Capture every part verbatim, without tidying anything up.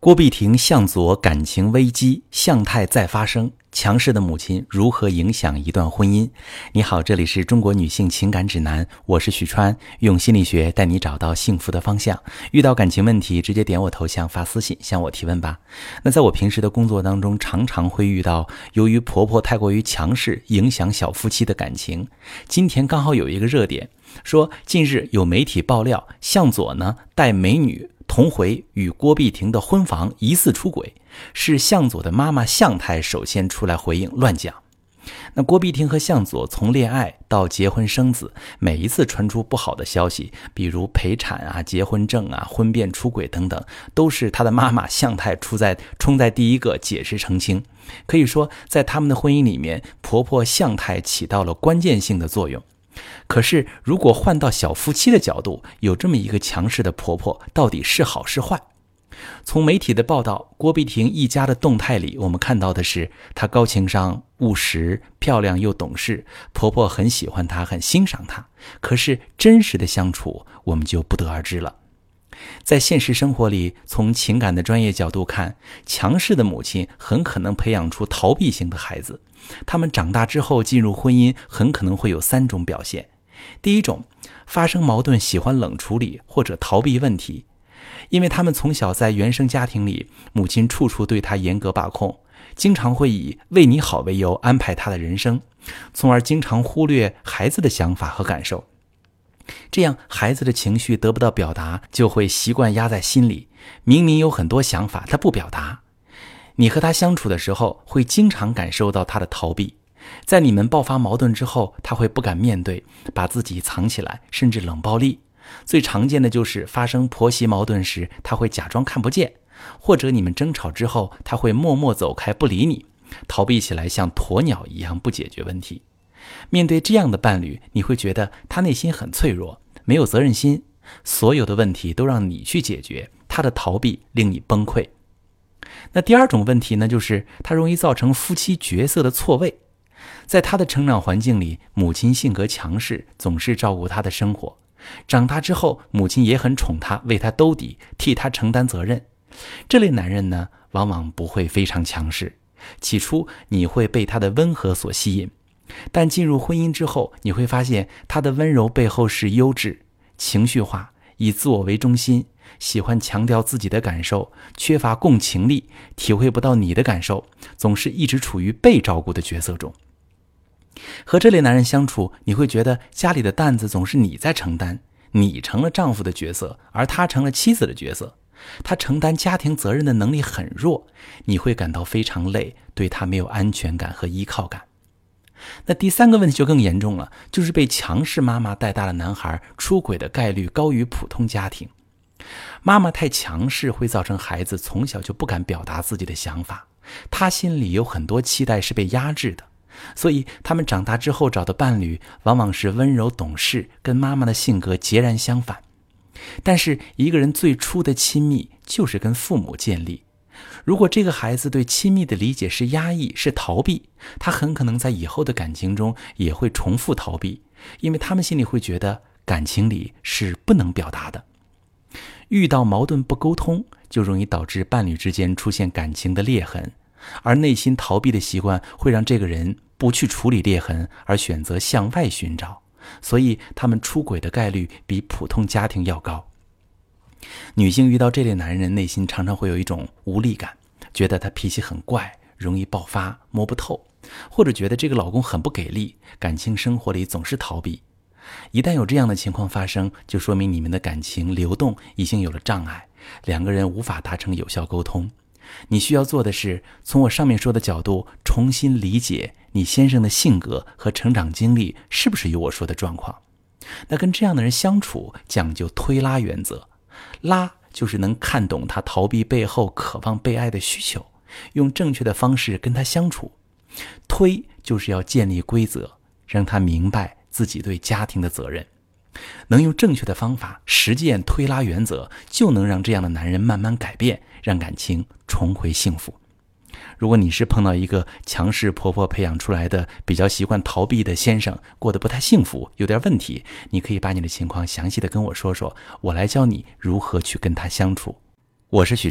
郭碧婷向佐感情危机，向太再发生，强势的母亲如何影响一段婚姻？你好，这里是中国女性情感指南，我是许川，用心理学带你找到幸福的方向。遇到感情问题，直接点我头像发私信向我提问吧。那在我平时的工作当中，常常会遇到由于婆婆太过于强势，影响小夫妻的感情。今天刚好有一个热点，说近日有媒体爆料，向佐呢带美女同回与郭碧婷的婚房疑似出轨，是向佐的妈妈向太首先出来回应乱讲。那郭碧婷和向佐从恋爱到结婚生子，每一次传出不好的消息，比如陪产啊、结婚证啊、婚变出轨等等，都是他的妈妈向太出在冲在第一个解释澄清。可以说在他们的婚姻里面，婆婆向太起到了关键性的作用。可是如果换到小夫妻的角度，有这么一个强势的婆婆，到底是好是坏？从媒体的报道，郭碧婷一家的动态里，我们看到的是她高情商、务实、漂亮又懂事，婆婆很喜欢她，很欣赏她。可是真实的相处，我们就不得而知了。在现实生活里，从情感的专业角度看，强势的母亲很可能培养出逃避型的孩子。他们长大之后进入婚姻，很可能会有三种表现。第一种，发生矛盾喜欢冷处理或者逃避问题，因为他们从小在原生家庭里，母亲处处对他严格把控，经常会以为你好为由安排他的人生，从而经常忽略孩子的想法和感受。这样孩子的情绪得不到表达，就会习惯压在心里，明明有很多想法他不表达。你和他相处的时候，会经常感受到他的逃避，在你们爆发矛盾之后，他会不敢面对，把自己藏起来，甚至冷暴力。最常见的就是发生婆媳矛盾时，他会假装看不见，或者你们争吵之后，他会默默走开不理你，逃避起来像鸵鸟一样不解决问题。面对这样的伴侣，你会觉得他内心很脆弱，没有责任心，所有的问题都让你去解决，他的逃避令你崩溃。那第二种问题呢，就是他容易造成夫妻角色的错位。在他的成长环境里，母亲性格强势，总是照顾他的生活。长大之后，母亲也很宠他，为他兜底，替他承担责任。这类男人呢，往往不会非常强势。起初你会被他的温和所吸引，但进入婚姻之后，你会发现他的温柔背后是优质、情绪化，以自我为中心，喜欢强调自己的感受，缺乏共情力，体会不到你的感受，总是一直处于被照顾的角色中。和这类男人相处，你会觉得家里的担子总是你在承担，你成了丈夫的角色，而他成了妻子的角色。他承担家庭责任的能力很弱，你会感到非常累，对他没有安全感和依靠感。那第三个问题就更严重了，就是被强势妈妈带大的男孩出轨的概率高于普通家庭。妈妈太强势会造成孩子从小就不敢表达自己的想法，他心里有很多期待是被压制的，所以他们长大之后找的伴侣往往是温柔懂事，跟妈妈的性格截然相反。但是一个人最初的亲密就是跟父母建立，如果这个孩子对亲密的理解是压抑，是逃避，他很可能在以后的感情中也会重复逃避，因为他们心里会觉得感情里是不能表达的。遇到矛盾不沟通，就容易导致伴侣之间出现感情的裂痕，而内心逃避的习惯会让这个人不去处理裂痕，而选择向外寻找，所以他们出轨的概率比普通家庭要高。女性遇到这类男人，内心常常会有一种无力感，觉得他脾气很怪，容易爆发，摸不透，或者觉得这个老公很不给力，感情生活里总是逃避。一旦有这样的情况发生，就说明你们的感情流动已经有了障碍，两个人无法达成有效沟通。你需要做的是，从我上面说的角度，重新理解你先生的性格和成长经历是不是有我说的状况。那跟这样的人相处，讲究推拉原则。拉就是能看懂他逃避背后渴望被爱的需求，用正确的方式跟他相处。推就是要建立规则，让他明白自己对家庭的责任。能用正确的方法实践推拉原则，就能让这样的男人慢慢改变，让感情重回幸福。如果你是碰到一个强势婆婆培养出来的比较习惯逃避的先生，过得不太幸福，有点问题，你可以把你的情况详细的跟我说说，我来教你如何去跟他相处。我是许川，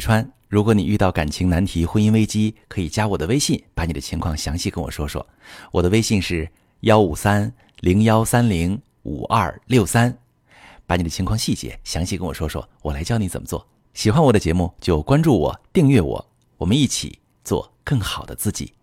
如果你遇到感情难题、婚姻危机，可以加我的微信，把你的情况详细跟我说说。我的微信是一五三零一三零五二六三，把你的情况细节详细跟我说说，我来教你怎么做。喜欢我的节目就关注我、订阅我，我们一起做更好的自己。